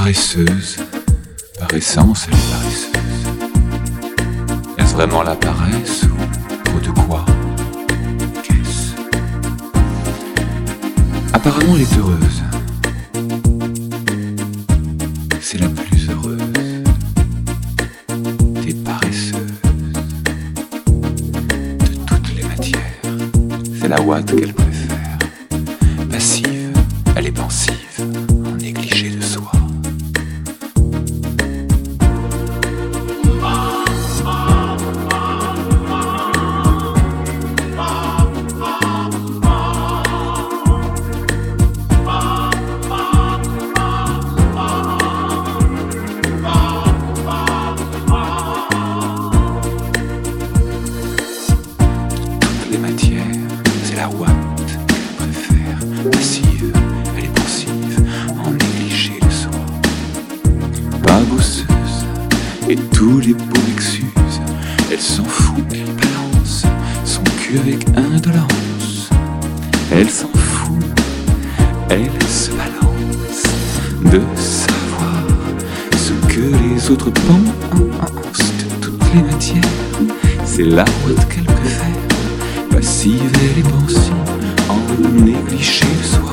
paresseuse, par essence elle est paresseuse. Est-ce vraiment la paresse ou trop de quoi? Qu'est-ce? Apparemment elle est heureuse. C'est la plus heureuse des paresseuses. De toutes les matières, c'est la ouate qu'elle préfère. Passive, elle est pensive, négligée de soi. Les matières, c'est la ouate qu'elle préfère. Passive, elle est pensive, en négligée de soi. Pas bosseuse, et tous les beaux l'exusent. Elle s'en fout, elle balance son cul avec indolence. Elle s'en fout, elle se balance de savoir ce que les autres pensent. De toutes les matières, c'est la ouate qu'elle préfère. Passive, elle est pensive, en négligée de soi.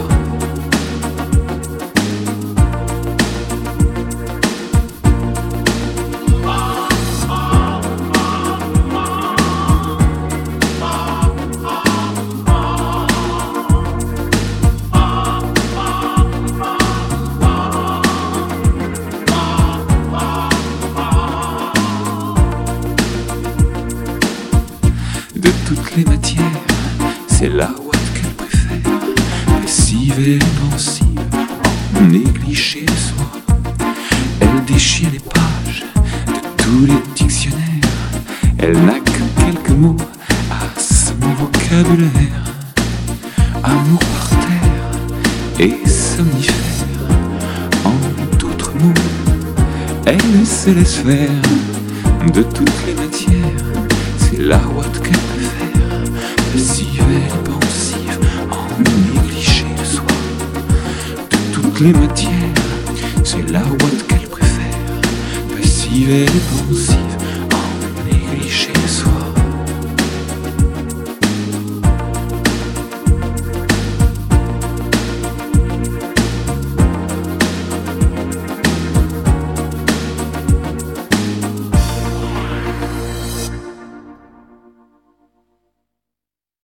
De toutes les matières, c'est la ouate qu'elle préfère. Passive et pensive, en négligée de soi. Elle déchire les pages de tous les dictionnaires. Elle n'a que quelques mots à son vocabulaire. Amour par terre et somnifère. En d'autres mots, elle se laisse faire. De toutes les matières, c'est la ouate qu'elle préfère. Passive et pensive, en négligée de soi. De toutes les matières, c'est la ouate qu'elle préfère. Passive et pensive,